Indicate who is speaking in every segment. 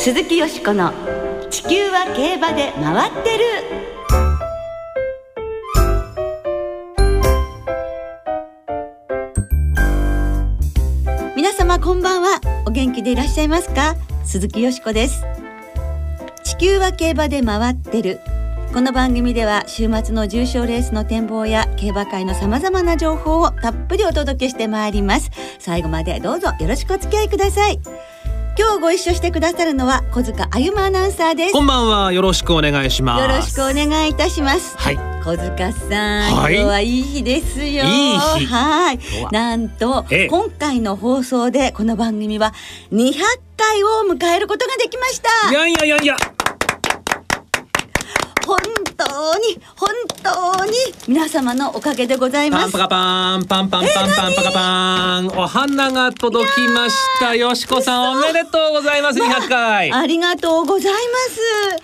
Speaker 1: 鈴木よしこの地球は競馬で回ってる。皆様こんばんは。お元気でいらっしゃいますか？鈴木よしこです。地球は競馬で回ってる。この番組では週末の重賞レースの展望や競馬界のさまざまな情報をたっぷりお届けしてまいります。最後までどうぞよろしくお付き合いください。今日ご一緒してくださるのは小塚あゆまアナウンサーです。
Speaker 2: こんばんは、よろしくお願いします。
Speaker 1: よろしくお願いいたします。
Speaker 2: はい、
Speaker 1: 小塚さん、今日はいい日ですよ。
Speaker 2: いい日。
Speaker 1: はい。なんと、今回の放送でこの番組は200回を迎えることができました。
Speaker 2: いや
Speaker 1: 本当に皆様のおかげでございます。
Speaker 2: パンパカパンパンパンパンパンパカパン、お花が届きました。よしこさんおめでとうございます。200回、
Speaker 1: ありがとうございます。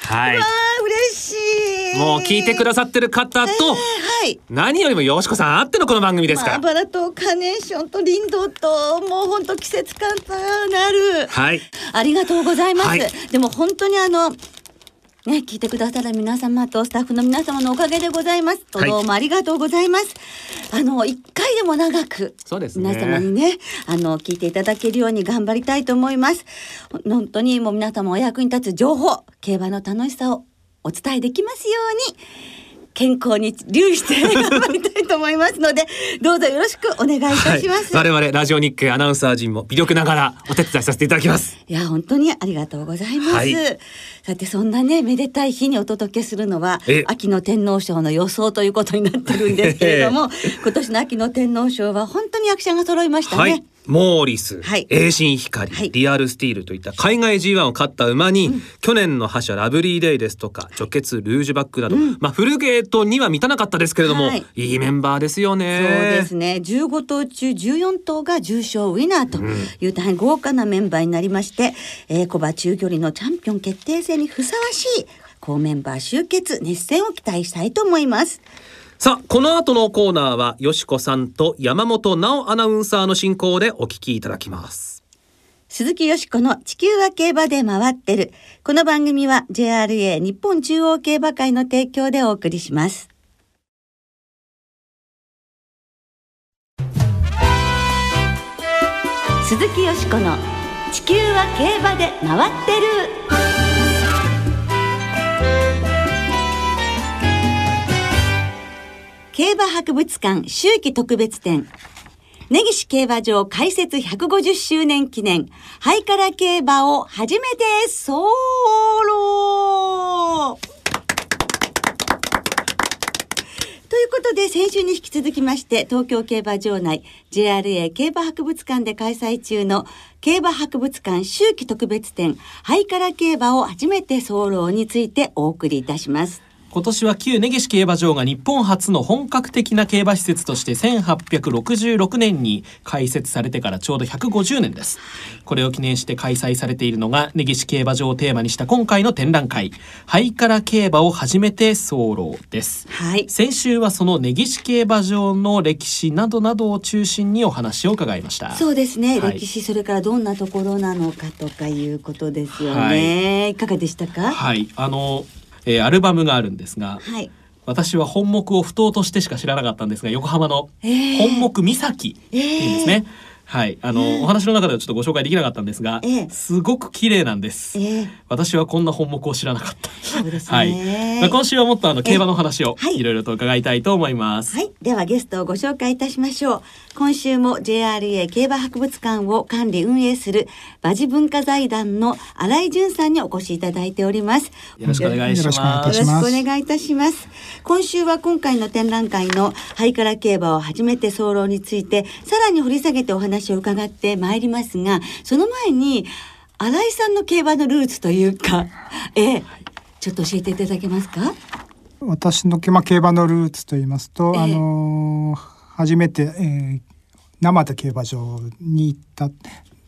Speaker 2: はい、
Speaker 1: わー嬉しい。
Speaker 2: もう聞いてくださってる方と、はい、何よりもよしこさんあってのこの番組ですから、
Speaker 1: バラとカーネーションとリンドウと、もう本当季節感のある、
Speaker 2: はい、
Speaker 1: ありがとうございます、
Speaker 2: はい、
Speaker 1: でも本当に聞いてくださる皆様とスタッフの皆様のおかげでございます。どうもありがとうございます。一回でも長く、
Speaker 2: そうですね、
Speaker 1: 皆様にね、聞いていただけるように頑張りたいと思います。本当にもう皆様お役に立つ情報、競馬の楽しさをお伝えできますように、健康に留意して頑張りたいと思いますので、どうぞよろしくお願いいたします。
Speaker 2: 我々ラジオ日経アナウンサー陣も微力ながらお手伝いさせていただきます。
Speaker 1: いや本当にありがとうございます、さてそんなねめでたい日にお届けするのは秋の天皇賞の予想ということになってるんですけれども今年の秋の天皇賞は本当に役者が揃いましたね。
Speaker 2: モーリス、栄新光、リアルスティールといった海外 G1 を勝った馬に、去年の覇者ラブリーデイですとか直結ルージュバックなど、フルゲートには満たなかったですけれども、いいメンバーですよね。
Speaker 1: そうですね、15頭中14頭が重賞ウィナーという大変豪華なメンバーになりまして、小馬中距離のチャンピオン決定戦にふさわしい好メンバー集結、熱戦を期待したいと思います。
Speaker 2: さあ、この後のコーナーはよしこさんと山本直アナウンサーの進行でお聞きいただきます。
Speaker 1: 鈴木よしこの地球は競馬で回ってる。この番組は JRA 日本中央競馬会の提供でお送りします。鈴木よしこの地球は競馬で回ってる。競馬博物館秋季特別展、根岸競馬場開設150周年記念ハイカラ競馬を初めてソロということで、先週に引き続きまして東京競馬場内 JRA 競馬博物館で開催中の競馬博物館秋季特別展ハイカラ競馬を初めてソロについてお送りいたします。
Speaker 3: 今年は旧根岸競馬場が日本初の本格的な競馬施設として1866年に開設されてからちょうど150年です。これを記念して開催されているのが根岸競馬場をテーマにした今回の展覧会、ハイカラ競馬を初めて早です、先週はその根岸競馬場の歴史などなどを中心にお話を伺いました。
Speaker 1: そうですね、歴史、それからどんなところなのかとかいうことですよね、いかがでしたか？
Speaker 3: アルバムがあるんですが、私は本目を不当としてしか知らなかったんですが、横浜の本目岬っていうんですね、お話の中ではちょっとご紹介できなかったんですが、すごく綺麗なんです、私はこんな本目を知らなかった。そうですね、今週はもっと競馬の話をいろいろと伺いたいと思います。
Speaker 1: ではゲストをご紹介いたしましょう。今週も JRA 競馬博物館を管理運営する馬事文化財団の新井淳さんにお越しいただいております。
Speaker 3: よろしくお願いします。
Speaker 1: よろしくお願いいたします。今週は今回の展覧会のハイカラ競馬を初めて早漏についてさらに掘り下げてお話を伺ってまいりますが、その前に新井さんの競馬のルーツというか、ちょっと教えていただけますか？
Speaker 4: 私の競馬のルーツと言いますと、初めて、生田競馬場に行った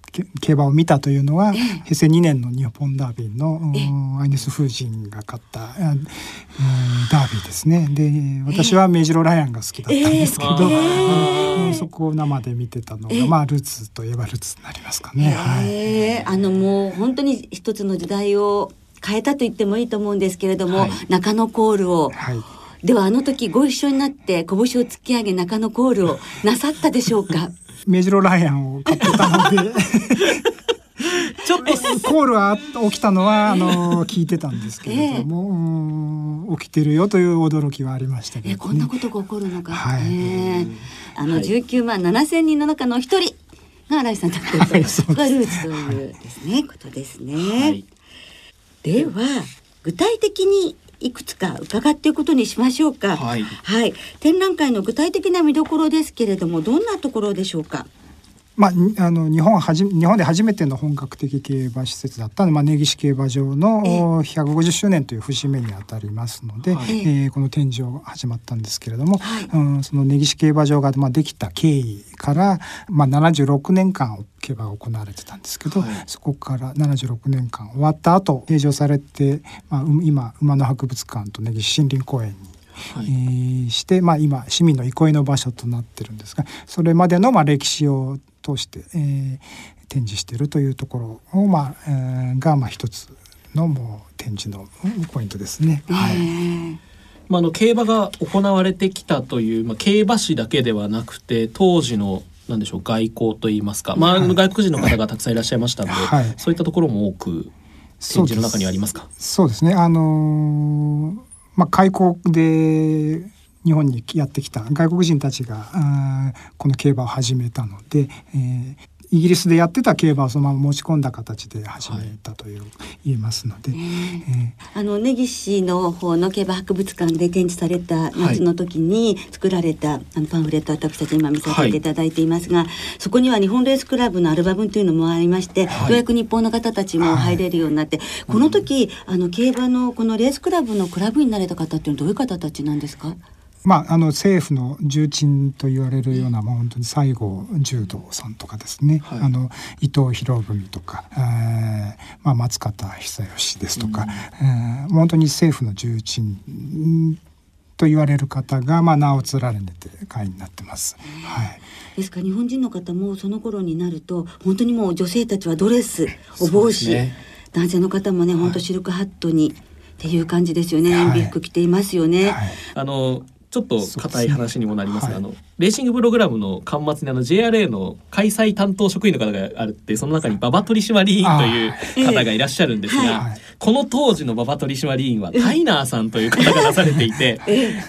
Speaker 4: 競馬を見たというのは、平成2年の日本ダービーのアイネス・フージンが勝ったダービーですね。で私はメジロライアンが好きだったんですけど、そこを生で見てたのが、ルーツといえばルーツになりますかね。
Speaker 1: もう本当に一つの時代を変えたと言ってもいいと思うんですけれども、中野コールを、ではあの時ご一緒になって拳を突き上げ中野コールをなさったでしょうか？
Speaker 4: メジロライアンを買ってたのでちょっとコールが起きたのは聞いてたんですけれども、起きてるよという驚きはありましたけど、ね、
Speaker 1: こんなことが起こるのか、19万7,000人の中の一人が新井さんだったと、がルーツというですね、ことですね。では具体的にいくつか伺っていくことにしましょうか。展覧会の具体的な見どころですけれども、どんなところでしょうか？
Speaker 4: 日本で初めての本格的競馬施設だった根岸競馬場の150周年という節目にあたりますので、この展示を始まったんですけれども、その根岸競馬場ができた経緯から、76年間競馬が行われてたんですけど、そこから76年間終わった後閉場されて、今馬の博物館と根岸森林公園にして、今市民の憩いの場所となってるんですが、それまでの歴史を通して、展示しているというところを、が一つのもう展示のポイントですね。
Speaker 3: 競馬が行われてきたという、競馬史だけではなくて当時の何でしょう、外交といいますか、外国人の方がたくさんいらっしゃいましたので、そういったところも多く展示の中にありますか？
Speaker 4: そうですね。開国で日本にやってきた外国人たちがこの競馬を始めたので、イギリスでやってた競馬をそのまま持ち込んだ形で始めたという、言えますので、
Speaker 1: 根岸の方の競馬博物館で展示された夏の時に作られたパンフレットを私たち今見させていただいていますが、そこには日本レースクラブのアルバムというのもありまして、ようやく日本の方たちも入れるようになって、この時競馬のこのレースクラブのクラブになれた方っていうのはどういう方たちなんですか？
Speaker 4: 政府の重鎮と言われるような、本当に西郷重道さんとかですね、伊藤博文とか、松方久義ですとか、本当に政府の重鎮と言われる方が、名を連ねて会になってます。
Speaker 1: ですから日本人の方もその頃になると本当にもう女性たちはドレスお帽子、男性の方もね本当シルクハットにっていう感じですよね。演美服着ていますよね。
Speaker 3: ちょっと硬い話にもなりますが、レーシングプログラムの巻末にJRA の開催担当職員の方があるって、その中に馬場取締委員という方がいらっしゃるんですが、この当時の馬場取締委員はタイナーさんという方が出されていて、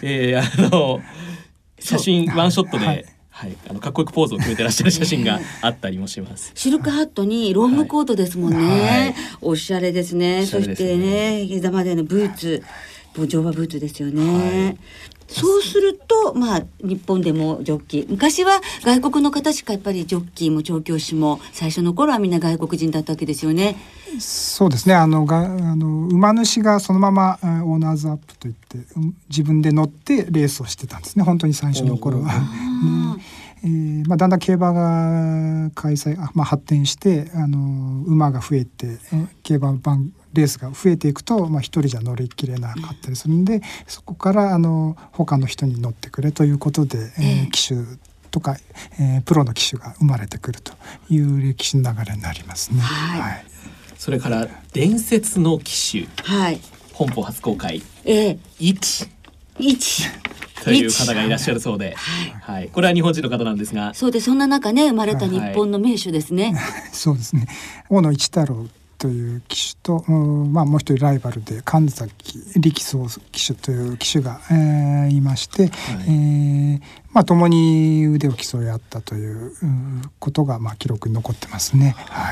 Speaker 3: 写真ワンショットで、かっこよくポーズを決めてらっしゃる写真があったりもします。
Speaker 1: シルクハットにロングコートですもんね。おしゃれですね。そしてね、膝までのブーツ、乗馬ブーツですよね。そうすると、日本でもジョッキー、昔は外国の方しかやっぱりジョッキーも調教師も最初の頃はみんな外国人だったわけですよね。
Speaker 4: そうですね。馬主がそのままオーナーズアップといって自分で乗ってレースをしてたんですね、本当に最初の頃は。だんだん競馬が発展して馬が増えて競馬レースが増えていくと、一人じゃ乗り切れなかったりするんで、そこから他の人に乗ってくれということで、騎手とか、プロの騎手が生まれてくるという歴史の流れになりますね。
Speaker 3: それから伝説の騎手、本邦初公開、1という方がいらっしゃるそうで、これは日本人の方なんですが、
Speaker 1: そうで、そんな中ね生まれた日本の名手ですね。
Speaker 4: そうですね。大野一太郎という騎手と、もう一人ライバルで神崎力走騎手という騎手が、いまして、共に腕を競い合ったということが、記録に残ってますね。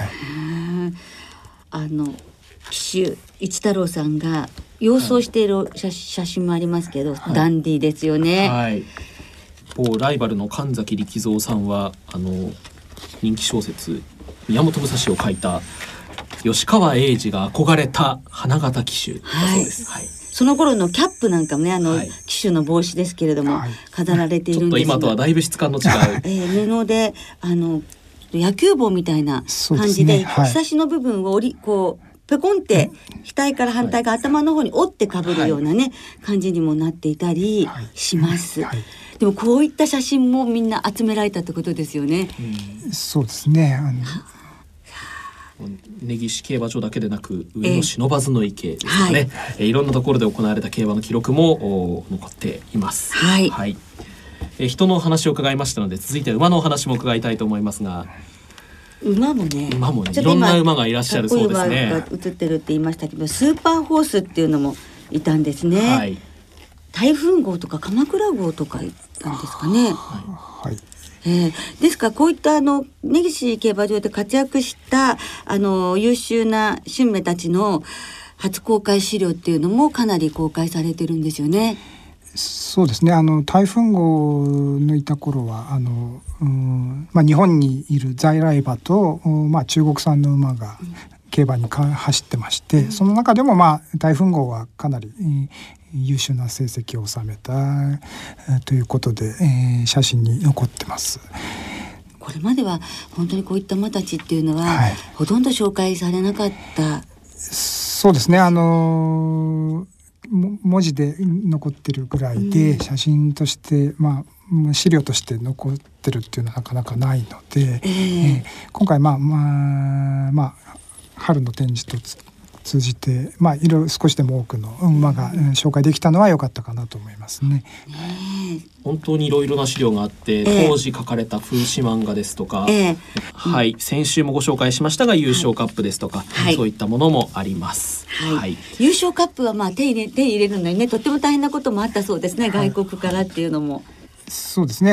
Speaker 1: 騎手一太郎さんが洋装している写真もありますけど、ダンディーですよね。
Speaker 3: ライバルの神崎力蔵さんは人気小説宮本武蔵を書いた吉川英治が憧れた花形騎手だそうです。
Speaker 1: その頃のキャップなんかもね、騎手の帽子ですけれども、飾られているんですが、
Speaker 3: ちょっと今とはだいぶ質感の違う、
Speaker 1: 布で野球帽みたいな感じで、ひさしの部分をこうペコンって額から反対が頭の方に折ってかぶるようなね、感じにもなっていたりします。でもこういった写真もみんな集められたってことですよね。
Speaker 4: そうですね。
Speaker 3: 根岸競馬場だけでなく上野不忍池ですかね、いろんなところで行われた競馬の記録も残っています。人のお話を伺いましたので、続いて馬のお話も伺いたいと思いますが、
Speaker 1: 馬もね
Speaker 3: いろんな馬がいらっしゃるそうですね。
Speaker 1: 馬が映ってるって言いましたけど、スーパーホースっていうのもいたんですね。台風号とか鎌倉号とかいたんですかね。ですからこういった根岸競馬場で活躍した優秀な俊馬たちの初公開資料っていうのもかなり公開されてるんですよね。
Speaker 4: そうですね。台風号のいた頃は日本にいる在来馬と、中国産の馬が競馬に走ってまして、その中でも台風号はかなり優秀な成績を収めたということで、写真に残ってます。
Speaker 1: これまでは本当にこういった馬たちっていうのは、ほとんど紹介されなかった。
Speaker 4: そうですね。文字で残ってるぐらいで、写真として、資料として残ってるっていうのはなかなかないので、今回春の展示と通じて、いろいろ少しでも多くの馬が紹介できたのは良かったかなと思いますね。
Speaker 3: 本当にいろいろな資料があって、当時書かれた風刺漫画ですとか、先週もご紹介しましたが優勝カップですとか、そういったものもあります。
Speaker 1: 優勝カップは手に入れるのにね、とっても大変なこともあったそうですね。外国からっていうのも。そうですね。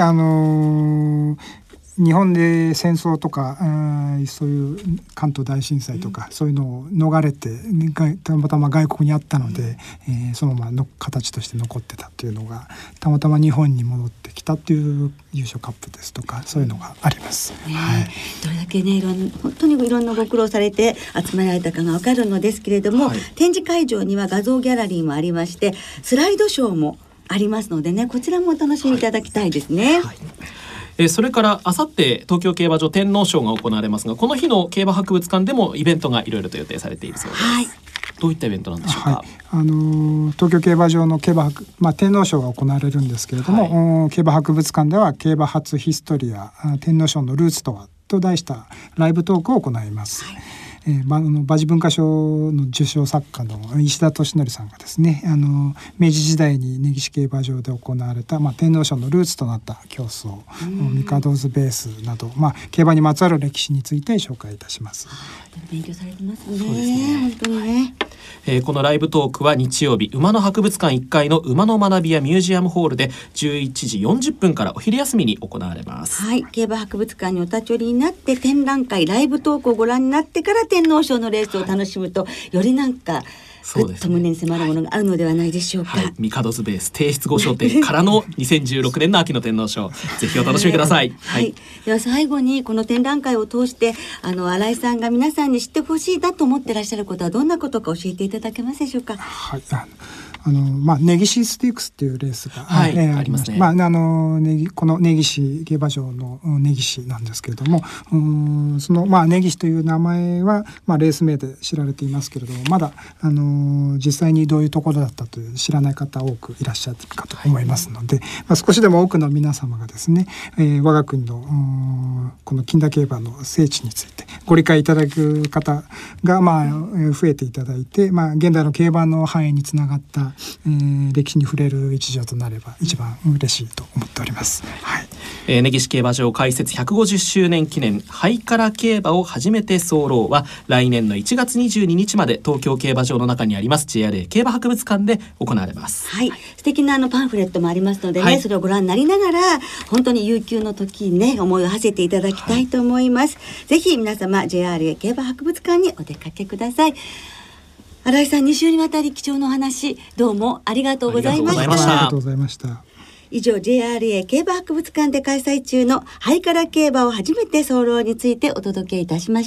Speaker 4: 日本で戦争とかそういう関東大震災とか、そういうのを逃れてたまたま外国にあったので、そのままの形として残ってたっていうのがたまたま日本に戻ってきたっていう優勝カップですとか、そういうのがあります。
Speaker 1: どれだけね本当にいろんなご苦労されて集められたかが分かるのですけれども、展示会場には画像ギャラリーもありまして、スライドショーもありますのでね、こちらもお楽しみいただきたいですね。
Speaker 3: それからあさって東京競馬場天皇賞が行われますが、この日の競馬博物館でもイベントがいろいろと予定されているそうです。どういったイベントなんでしょうか。
Speaker 4: 東京競馬場の競馬天皇賞が行われるんですけれども、競馬博物館では競馬初ヒストリア天皇賞のルーツとはと題したライブトークを行います。馬事文化賞の受賞作家の石田敏則さんがですね、明治時代に根岸競馬場で行われた、天皇賞のルーツとなった競争、ミカドーズベースなど、競馬にまつわる歴史について紹介いたします。
Speaker 1: 勉強されてますね。そうですね。本当にね。
Speaker 3: このライブトークは日曜日、馬の博物館1階の馬の学びやミュージアムホールで11時40分からお昼休みに行われます。
Speaker 1: 競馬博物館にお立ち寄りになって展覧会ライブトークをご覧になってから天皇賞のレースを楽しむと、よりなんかぐっと胸に迫るものがあるのではないでしょうか。
Speaker 3: ミカドズベース帝室御賞典からの2016年の秋の天皇賞、ぜひお楽しみください。
Speaker 1: では最後にこの展覧会を通して新井さんが皆さんに知ってほしいだと思ってらっしゃることはどんなことか教えていただけますでしょうか。
Speaker 4: 根岸ステークスっていうレースが、ありますね。この根岸競馬場の根岸なんですけれども、その根岸という名前はレース名で知られていますけれども、まだ実際にどういうところだったという知らない方多くいらっしゃるかと思いますので、少しでも多くの皆様がですね、我が国のこの近代競馬の聖地についてご理解いただく方が増えていただいて、現代の競馬の繁栄につながった歴史に触れる一助となれば一番嬉しいと思っております。
Speaker 3: 根岸競馬場開設150周年記念ハイカラ競馬を初めて候は来年の1月22日まで東京競馬場の中にあります JRA 競馬博物館で行われます。
Speaker 1: 素敵なパンフレットもありますのでね、それをご覧になりながら本当に悠久の時にね思いを馳せていただきたいと思います。ぜひ皆様 JRA 競馬博物館にお出かけください。新井さん、2週にわたり貴重なお話どうもありがとうございました。
Speaker 4: ありがとうございました。
Speaker 1: 以上 JRA 競馬博物館で開催中のハイカラ競馬を初めて候についてお届けいたしました。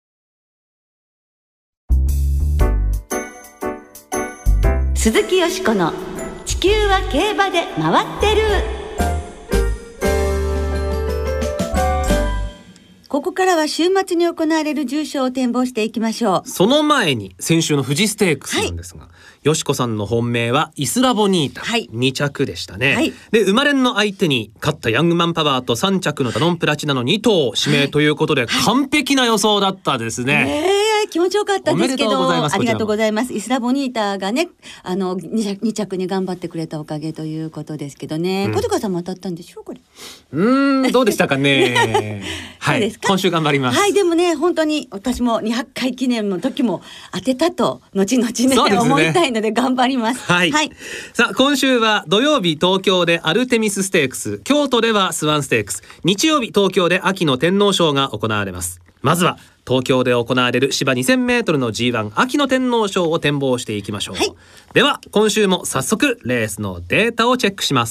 Speaker 1: 鈴木よしこの地球は競馬で回ってる。 ここからは週末に行われる重賞を展望していきましょう。
Speaker 2: その前に先週の富士ステークスなんですが、よしこさんの本命はイスラボニータ、2着でしたね、で生まれんの相手に勝ったヤングマンパワーと3着のダノンプラチナの2頭指名ということで、完璧な予想だったですね。
Speaker 1: 気持ちよかったですけど、ありがとうございます。イスラボニータがね、2着に頑張ってくれたおかげということですけどね。小塚さんも当たったんでしょうこれ。
Speaker 2: どうでしたかね。はい、今週頑張ります。
Speaker 1: はい、でもね、本当に私も200回記念の時も当てたと後々ね、思いたいので頑張ります。
Speaker 2: はい。さあ、今週は土曜日東京でアルテミスステークス、京都ではスワンステークス、日曜日東京で秋の天皇賞が行われます。まずは東京で行われる芝 2000m の G1 秋の天皇賞を展望していきましょう。では今週も早速レースのデータをチェックします。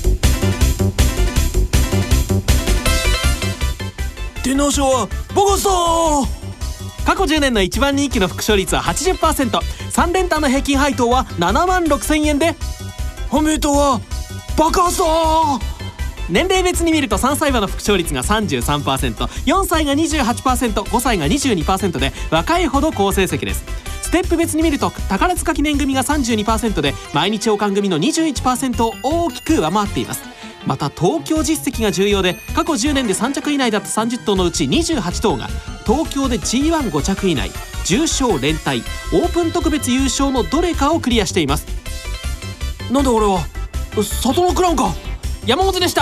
Speaker 3: 天皇賞はボゴスト過去10年の一番人気の副賞率は 80%、 3連単の平均配当は7万6000円で、本命党は爆発だ。年齢別に見ると3歳馬の副賞率が 33%、 4歳が 28%、 5歳が 22% で若いほど好成績です。ステップ別に見ると宝塚記念組が 32% で毎日王冠組の 21% を大きく上回っています。また東京実績が重要で、過去10年で3着以内だった30頭のうち28頭が東京で G15 着以内、重賞連帯、オープン特別優勝のどれかをクリアしています。なんだ俺は里のクラウンか。山本でした。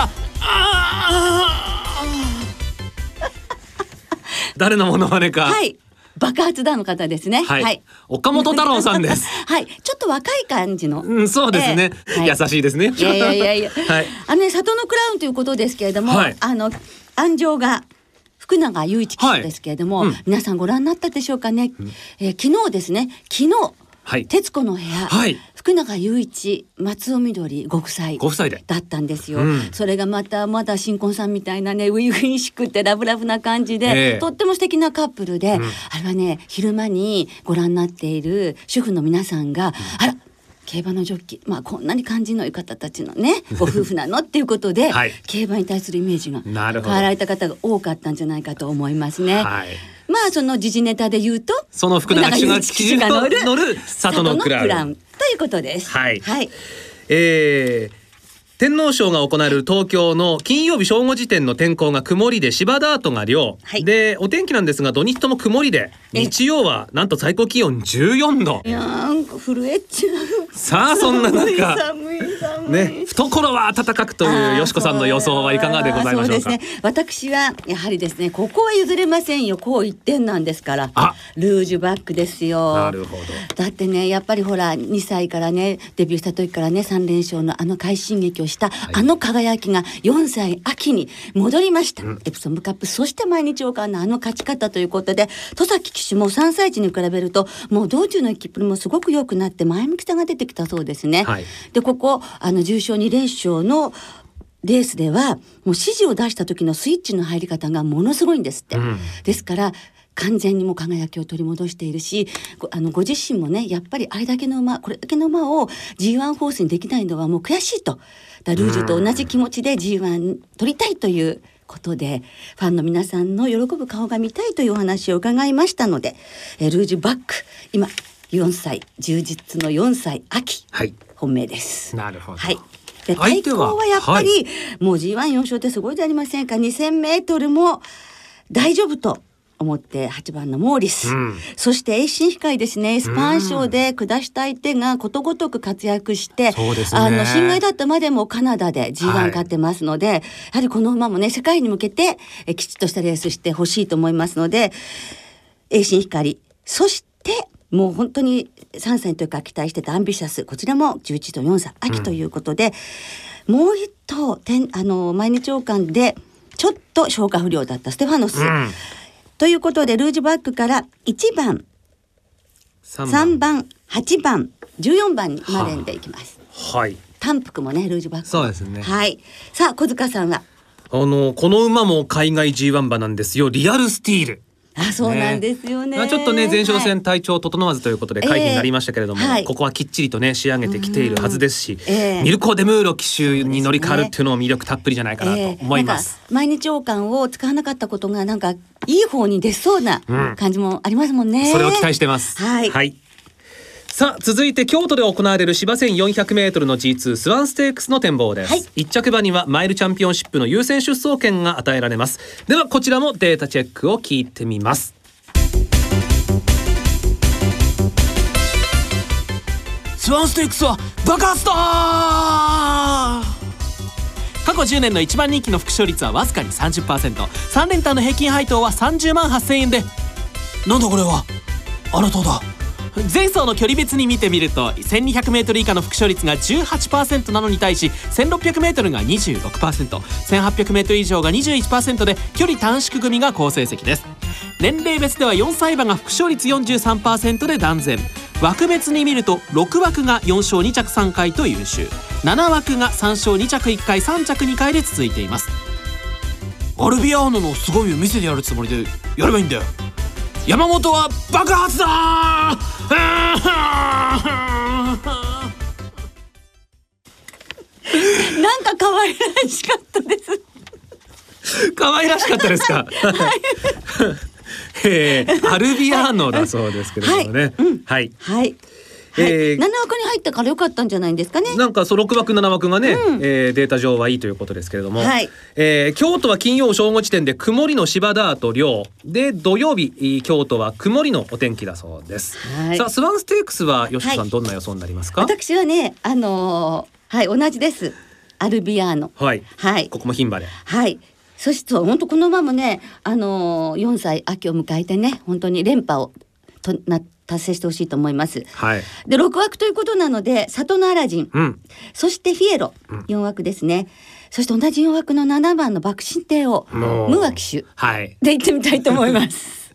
Speaker 2: 誰のモノマネか。
Speaker 1: 爆発だの方ですね。
Speaker 2: 岡本太郎さんです。
Speaker 1: ちょっと若い感じの。
Speaker 2: そうですね。優しいですね。
Speaker 1: いや。里のクラウンということですけれども、安城が福永祐一騎手ですけれども、皆さんご覧になったでしょうかね。昨日ですね。徹子の部屋、福永祐一、松尾みどりご夫妻だったんですよ。それがまだ新婚さんみたいなね、初々しくてラブラブな感じで、とっても素敵なカップルで、あれはね、昼間にご覧になっている主婦の皆さんが、あら競馬のジョッキー、こんなに感じのいい方たちのねご夫婦なのっていうことで、競馬に対するイメージが変わられた方が多かったんじゃないかと思いますね。その時事ネタで言うと、
Speaker 2: その福永騎手が乗る里のクラウン
Speaker 1: ということです。
Speaker 2: 天皇賞が行われる東京の金曜日正午時点の天候が曇りで芝ダートが良、でお天気なんですが土日とも曇りで、日曜はなんと最高気温14度。
Speaker 1: いや震えちゃう。
Speaker 2: さあそんな中ね、懐は暖かくというよしこさんの予想はいかがでございましょうか。
Speaker 1: そうですね、私はやはりですね、ここは譲れませんよ。こう一点なんですから、ルージュバックですよ。
Speaker 2: なるほど。
Speaker 1: だってね、やっぱりほら2歳からねデビューした時からね3連勝の快進撃をしたあの輝きが4歳秋に戻りました。エプソムカップ、そして毎日王冠の勝ち方ということで、戸崎騎手も3歳児に比べるともう道中のキップルもすごく良くなって前向きさが出てきたそうですね。でここ重賞2連勝のレースではもう指示を出した時のスイッチの入り方がものすごいんですって、ですから完全にも輝きを取り戻しているし、ご自身もねやっぱりこれだけの馬を G1 ホースにできないのはもう悔しいと、ルージュと同じ気持ちで G1 取りたいということで、ファンの皆さんの喜ぶ顔が見たいというお話を伺いましたので、ルージュバック今4歳充実の4歳秋、本命です。
Speaker 2: なるほど。
Speaker 1: で対抗はやっぱり、もう G1 4勝ってすごいじゃありませんか。 2000m も大丈夫と思って8番のモーリス、そして栄進控えですね、スパン賞で下した相手がことごとく活躍して、新外だったまでもカナダで G1 勝ってますので、やはりこの馬もね世界に向けてきちっとしたレースしてほしいと思いますので、栄進光、そしてもう本当に3歳の時から期待してたアンビシャス、こちらも11と4歳秋ということで、もう一頭毎日王冠でちょっと消化不良だったステファノス、ということでルージュバックから1番3番8番14番にまででいきます。単服もねルージュバック、
Speaker 2: そうですね。
Speaker 1: さあ小塚さんは
Speaker 2: この馬も海外 G1 馬なんですよ。リアルスティール。
Speaker 1: そうなんですよね。
Speaker 2: ちょっとね前哨戦体調整わずということで回避になりましたけれども、ここはきっちりとね仕上げてきているはずですし、ミルコ・デムーロ騎手に乗り換わるっていうのも魅力たっぷりじゃないかなと思います。
Speaker 1: 毎日王冠を使わなかったことがなんかいい方に出そうな感じもありますもんね。
Speaker 2: それを期待してます。はい。さあ続いて京都で行われる芝 1400m の G2 スワンステークスの展望です。1着馬にはマイルチャンピオンシップの優先出走権が与えられます。ではこちらもデータチェックを聞いてみます。
Speaker 3: スワンステークスは爆発だ。過去10年の1番人気の副勝率はわずかに 30%、 3連単の平均配当は30万8000円で、なんだこれはあなただ。前走の距離別に見てみると 1200m 以下の副勝率が 18% なのに対し 1600m が 26%、1800m 以上が 21% で距離短縮組が好成績です。年齢別では4歳馬が副勝率 43% で断然、枠別に見ると6枠が4勝2着3回と優秀、7枠が3勝2着1回3着2回で続いています。アルビアーノの凄みを見せてやるつもりでやればいいんだよ。山本は爆発だ
Speaker 1: なんか可愛らしかったです。
Speaker 2: 可愛らしかったですか。アルビアーノだそうですけれどもね。はい。
Speaker 1: 7枠に入ったから良かったんじゃないんですかね。
Speaker 2: なんか6枠7枠がね、データ上はいいということですけれども、京都は金曜正午時点で曇りの芝ダート両で、土曜日京都は曇りのお天気だそうです。さあスワンステークスは吉田さん、どんな予想になりますか。
Speaker 1: 私はね同じです。アルビアーノ。ここも牝馬で。そして本当この馬もね4歳秋を迎えてね、本当に連覇を達成してほしいと思います。で6枠ということなので里のアラジン、そしてフィエロ、4枠ですね。そして同じ4枠の7番の爆心帝王ムーア騎手で行ってみたいと思います。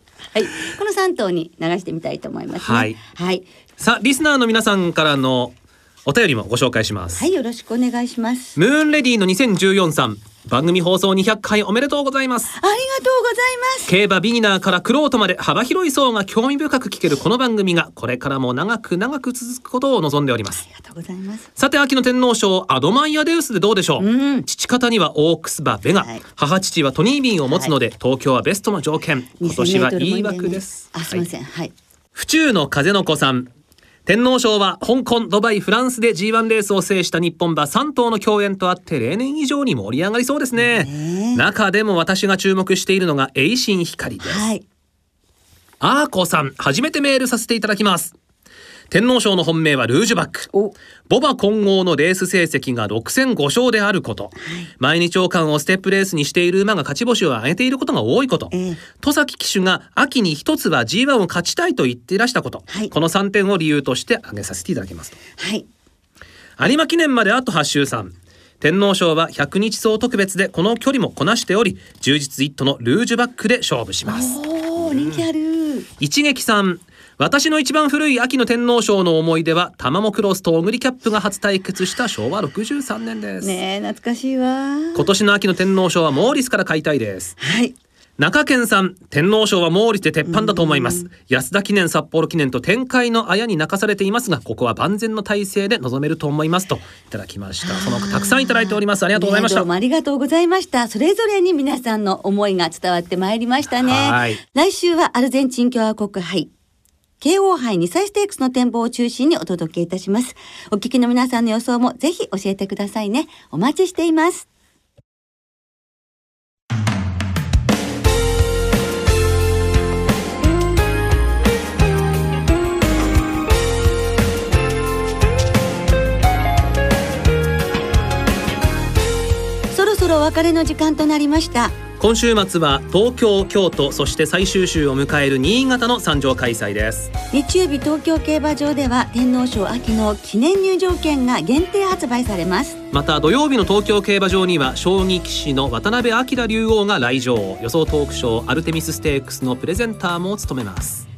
Speaker 1: この3頭に流してみたいと思いますね。
Speaker 2: さあリスナーの皆さんからのお便りもご紹介します。
Speaker 1: よろしくお願いします。
Speaker 2: ムーンレディの2014さん、番組放送200回おめでとうございます。
Speaker 1: ありがとうございます。
Speaker 2: 競馬ビギナーからクロートまで幅広い層が興味深く聞けるこの番組がこれからも長く続くことを望んでおります。
Speaker 1: ありがとうございます。
Speaker 2: さて秋の天皇賞アドマイヤデウスでどうでしょう。父方にはオークス馬ベガ、母父はトニービンを持つので、東京はベストの条件。今年はいい枠です。
Speaker 1: すみません。
Speaker 2: 府中の風の子さん、天皇賞は香港、ドバイ、フランスで G1 レースを制した日本馬3頭の競演とあって例年以上に盛り上がりそうですね。中でも私が注目しているのが栄新光です。アーコさん、初めてメールさせていただきます。天皇賞の本命はルージュバック。ボバ混合のレース成績が6戦5勝であること、毎日王冠をステップレースにしている馬が勝ち星を上げていることが多いこと、戸崎騎手が秋に一つは G1 を勝ちたいと言っていらしたこと、この3点を理由として挙げさせていただきます。有馬記念まであと8週3、天皇賞は100日走特別でこの距離もこなしており、充実一途のルージュバックで勝負します。
Speaker 1: 人気ある。
Speaker 2: 一撃さん、私の一番古い秋の天皇賞の思い出はタマモクロスとオグリキャップが初対決した昭和63年です。
Speaker 1: 懐かしいわ。
Speaker 2: 今年の秋の天皇賞はモーリスから買いたいです。中堅さん、天皇賞はモーリスで鉄板だと思います。安田記念、札幌記念と展開のあやに泣かされていますが、ここは万全の体制で臨めると思いますといただきました。そのたくさんいただいております。ありがとうございました。
Speaker 1: どうもありがとうございました。それぞれに皆さんの思いが伝わってまいりましたね。来週はアルゼンチン共和国杯慶応杯2歳ステークスの展望を中心にお届けいたします。お聞きの皆さんの予想もぜひ教えてくださいね。お待ちしています。そろそろお別れの時間となりました。
Speaker 2: 今週末は東京、京都、そして最終週を迎える新潟の参上開催です。
Speaker 1: 日曜日東京競馬場では天皇賞秋の記念入場券が限定発売されます。
Speaker 2: また土曜日の東京競馬場には将棋棋士の渡辺明竜王が来場。予想トークショーアルテミスステークスのプレゼンターも務めます。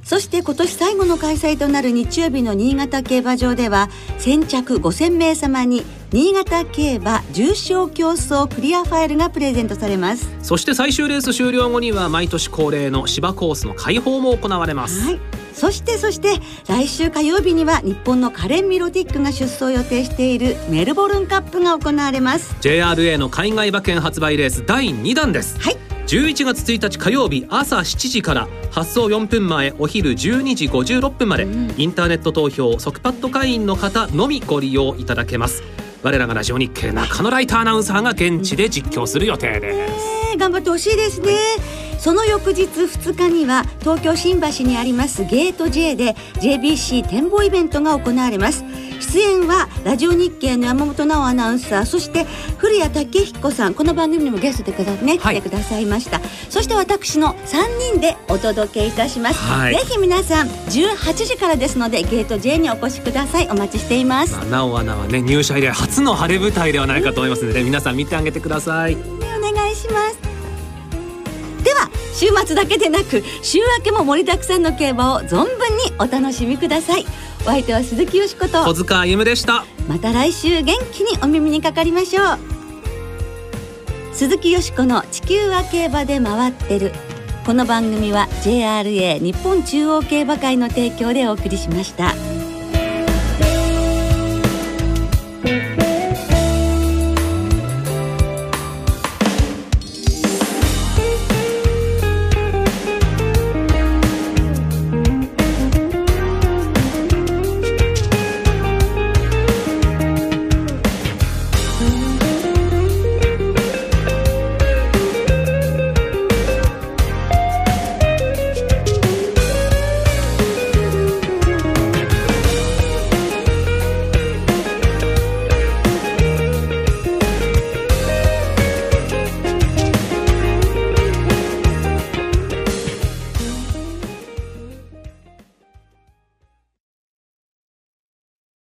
Speaker 1: そして今年最後の開催となる日曜日の新潟競馬場では先着5000名様に新潟競馬重賞競争クリアファイルがプレゼントされます。
Speaker 2: そして最終レース終了後には毎年恒例の芝コースの開放も行われます、
Speaker 1: そして来週火曜日には日本のカレン・ミロティックが出走を予定しているメルボルンカップが行われます。
Speaker 2: JRA の海外馬券発売レース第2弾です、11月1日火曜日朝7時から発送4分前お昼12時56分まで、インターネット投票即パッド会員の方のみご利用いただけます。我らがラジオ日経中野ライターアナウンサーが現地で実況する予定です、
Speaker 1: 頑張ってほしいですね、その翌日2日には東京新橋にありますゲート J で JBC 展望イベントが行われます。出演はラジオ日経の山本直アナウンサー、そして古谷武彦さん、この番組にもゲストで来てくださいました、そして私の3人でお届けいたします、ぜひ皆さん18時からですのでゲート J にお越しください。お待ちしています。
Speaker 2: 直アナはね、入社以来初の晴れ舞台ではないかと思いますので、皆さん見てあげてください。
Speaker 1: お願いします。では週末だけでなく週明けも盛りだくさんの競馬を存分にお楽しみください。お相手は鈴木よしこと
Speaker 2: 小塚歩でした。
Speaker 1: また来週元気にお耳にかかりましょう。鈴木よしこの地球は競馬で回ってる。この番組は JRA 日本中央競馬会の提供でお送りしました。